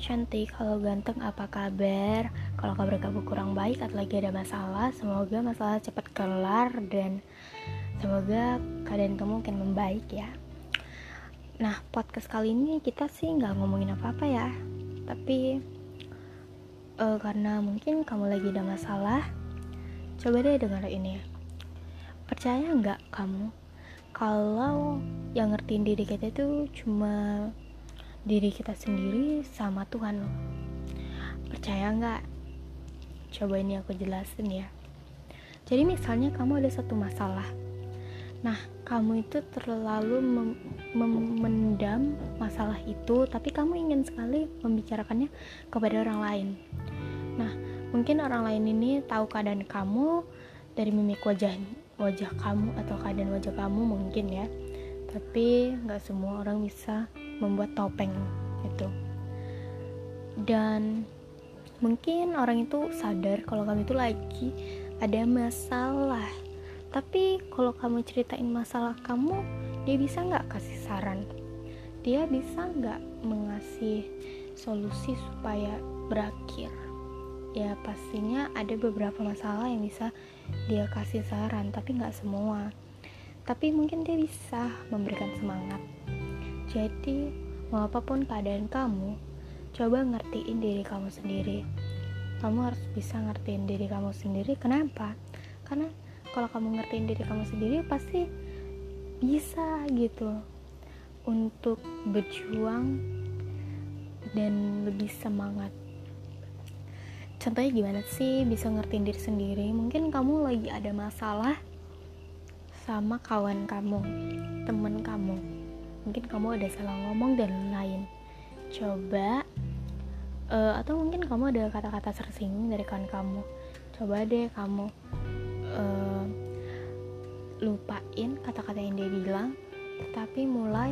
cantik, halo ganteng, apa kabar? Kalau kabar kamu kurang baik atau lagi ada masalah, semoga masalah cepat kelar dan semoga keadaan kamu makin membaik ya. Nah, podcast kali ini kita sih nggak ngomongin apa-apa ya, tapi karena mungkin kamu lagi ada masalah, coba deh dengar ini. Percaya nggak kamu kalau yang ngertiin diri kita itu cuma diri kita sendiri sama Tuhan loh? Percaya nggak? Coba ini aku jelasin ya. Jadi misalnya kamu ada satu masalah, nah kamu itu terlalu memendam masalah itu, tapi kamu ingin sekali membicarakannya kepada orang lain. Nah mungkin orang lain ini tahu keadaan kamu dari mimik wajah kamu atau keadaan wajah kamu mungkin ya, tapi nggak semua orang bisa membuat topeng itu. Dan mungkin orang itu sadar kalau kamu itu lagi ada masalah, tapi kalau kamu ceritain masalah kamu, dia bisa nggak kasih saran? Dia bisa nggak mengasih solusi supaya berakhir? Ya pastinya ada beberapa masalah yang bisa dia kasih saran, tapi nggak semua. Tapi mungkin dia bisa memberikan semangat. Jadi mau apapun keadaan kamu, coba ngertiin diri kamu sendiri. Kamu harus bisa ngertiin diri kamu sendiri. Kenapa? Karena kalau kamu ngertiin diri kamu sendiri, pasti bisa gitu untuk berjuang dan lebih semangat. Contohnya gimana sih bisa ngertiin diri sendiri? Mungkin kamu lagi ada masalah sama kawan kamu, temen kamu. Mungkin kamu ada salah ngomong dan lain. Coba atau mungkin kamu ada kata-kata tersinggung dari kawan kamu. Coba deh kamu lupain kata-kata yang dia bilang, tetapi mulai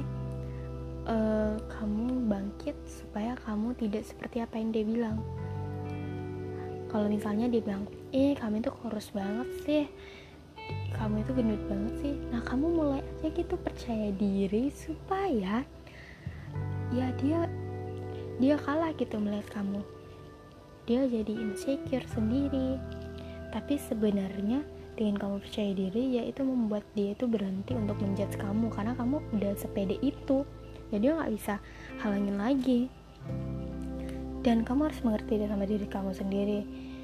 kamu bangkit supaya kamu tidak seperti apa yang dia bilang. Kalau misalnya dia bilang, kamu itu kurus banget sih, kamu itu gendut banget sih. Nah kamu mulai aja gitu percaya diri supaya ya dia kalah gitu melihat kamu. Dia jadi insecure sendiri. Tapi sebenarnya dengan kamu percaya diri, ya itu membuat dia itu berhenti untuk menjudge kamu, karena kamu udah sepede itu. Jadi dia gak bisa halangin lagi. Dan kamu harus mengerti sama diri kamu sendiri.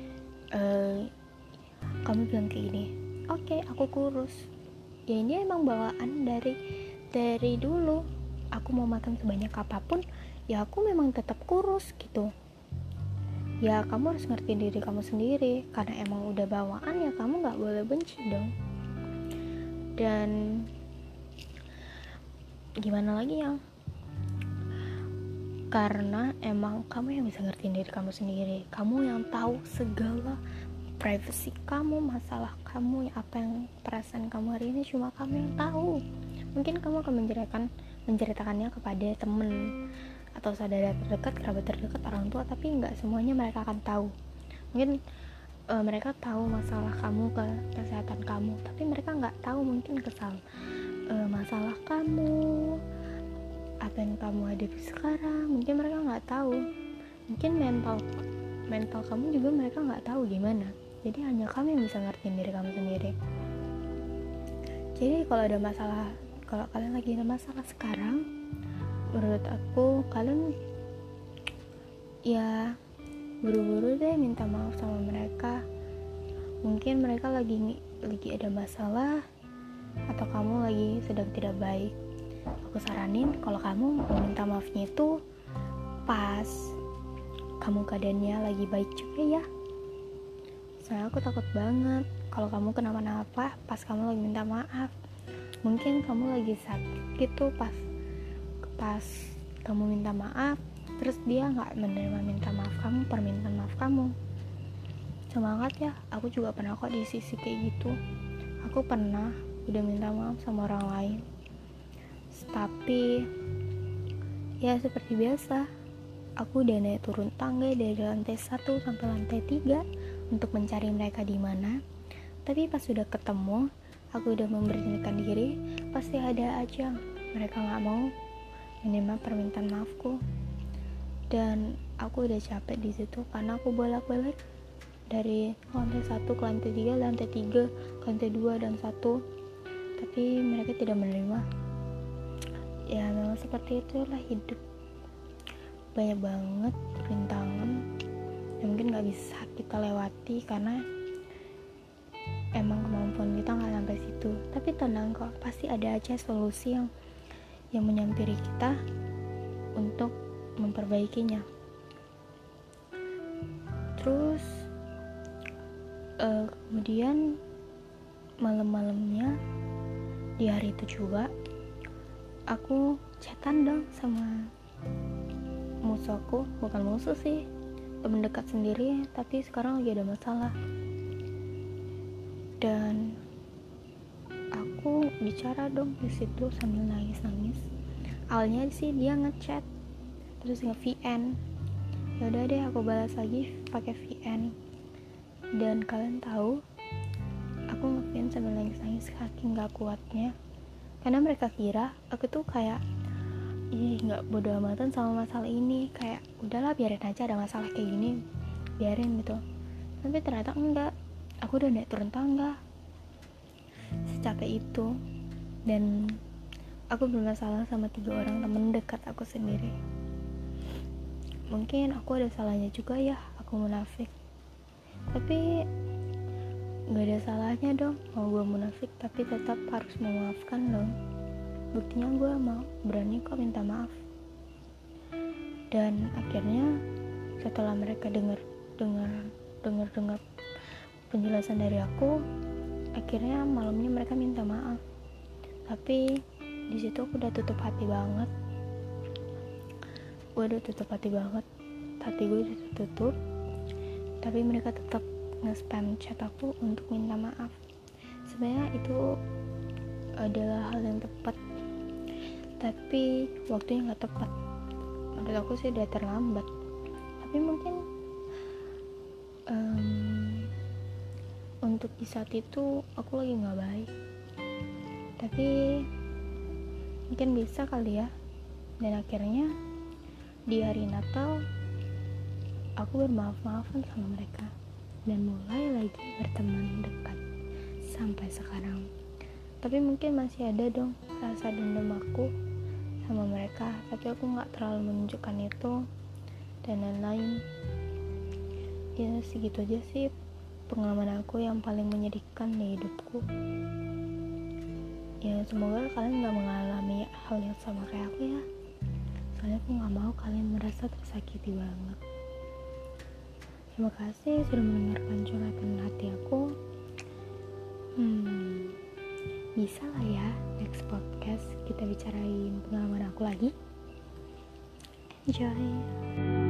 Kamu bilang kayak gini, oke, aku kurus. Ya ini emang bawaan dari dulu. Aku mau makan sebanyak apapun, ya aku memang tetap kurus gitu. Ya kamu harus ngerti diri kamu sendiri, karena emang udah bawaan, ya kamu gak boleh benci dong. Dan gimana lagi ya, karena emang kamu yang bisa ngertiin diri kamu sendiri. Kamu yang tahu segala privasi kamu, masalah kamu, apa yang perasaan kamu hari ini cuma kamu yang tahu. Mungkin kamu akan menceritakannya kepada teman atau saudara terdekat, kerabat terdekat, orang tua, tapi nggak semuanya mereka akan tahu. Mungkin mereka tahu masalah kamu, kesehatan kamu, tapi mereka nggak tahu mungkin masalah kamu, apa yang kamu hadapi sekarang. Mungkin mereka nggak tahu. Mungkin mental kamu juga mereka nggak tahu gimana. Jadi hanya kamu yang bisa ngertiin diri kamu sendiri. Jadi kalau kalian lagi ada masalah sekarang, menurut aku kalian ya buru-buru deh minta maaf sama mereka. Mungkin mereka lagi ada masalah, atau kamu lagi sedang tidak baik. Aku saranin kalau kamu mau minta maafnya itu pas kamu keadaannya lagi baik juga ya. Soalnya aku takut banget kalau kamu kenapa-napa pas kamu lagi minta maaf. Mungkin kamu lagi sakit gitu pas kamu minta maaf, terus dia gak menerima permintaan maaf kamu. Semangat ya, aku juga pernah kok di sisi kayak gitu. Aku pernah udah minta maaf sama orang lain, tapi ya seperti biasa, aku udah naik turun tangga dari lantai 1 sampai lantai 3 untuk mencari mereka di mana. Tapi pas sudah ketemu, aku udah memberanikan diri, pasti ada aja mereka gak mau menerima permintaan maafku. Dan aku udah capek di situ karena aku bolak-balik dari lantai 1 ke lantai 3, lantai 3 ke lantai 2 dan 1, tapi mereka tidak menerima. Ya memang seperti itulah hidup, banyak banget rintangan yang mungkin gak bisa kita lewati karena emang kemampuan kita gak sampai situ. Tapi tenang kok, pasti ada aja solusi yang menyampiri kita untuk memperbaikinya. Terus kemudian malam-malamnya di hari itu juga aku chatan dong sama musuhku, bukan musuh sih, temen dekat sendiri, tapi sekarang lagi ada masalah. Dan aku bicara dong di situ sambil nangis. Awalnya sih dia ngechat terus nge-VN. Ya udah deh, aku balas lagi pakai VN. Dan kalian tahu, aku nge-VN sambil nangis saking gak kuatnya. Karena mereka kira aku tuh kayak nggak bodo amatan sama masalah ini, kayak udahlah biarin aja, ada masalah kayak gini biarin gitu. Tapi ternyata enggak, aku udah naik turun tangga secapek itu, dan aku bermasalah sama 3 orang temen dekat aku sendiri. Mungkin aku ada salahnya juga ya, aku munafik, tapi nggak ada salahnya dong mau gue munafik tapi tetap harus memaafkan dong. Buktinya gue mau berani kok minta maaf. Dan akhirnya setelah mereka dengar penjelasan dari aku, akhirnya malamnya mereka minta maaf. Tapi di situ aku udah tutup hati banget. Hati gue udah tutup. Tapi mereka tetap nge-spam chat aku untuk minta maaf. Sebenarnya itu adalah hal yang tepat, tapi waktunya nggak tepat. Menurut aku sih udah terlambat. Tapi mungkin untuk di saat itu aku lagi nggak baik. Tapi mungkin bisa kali ya. Dan akhirnya di hari Natal aku bermaaf-maafan sama mereka dan mulai lagi berteman dekat sampai sekarang. Tapi mungkin masih ada dong rasa dendam aku sama mereka, tapi aku gak terlalu menunjukkan itu dan lain-lain. Ya segitu aja sih pengalaman aku yang paling menyedihkan di hidupku. Ya semoga kalian gak mengalami hal yang sama kayak aku ya, soalnya aku gak mau kalian merasa tersakiti banget. Terima kasih sudah mendengarkan curhatan hati aku. Bisa lah ya next podcast kita bicarain pengalaman aku lagi. Enjoy.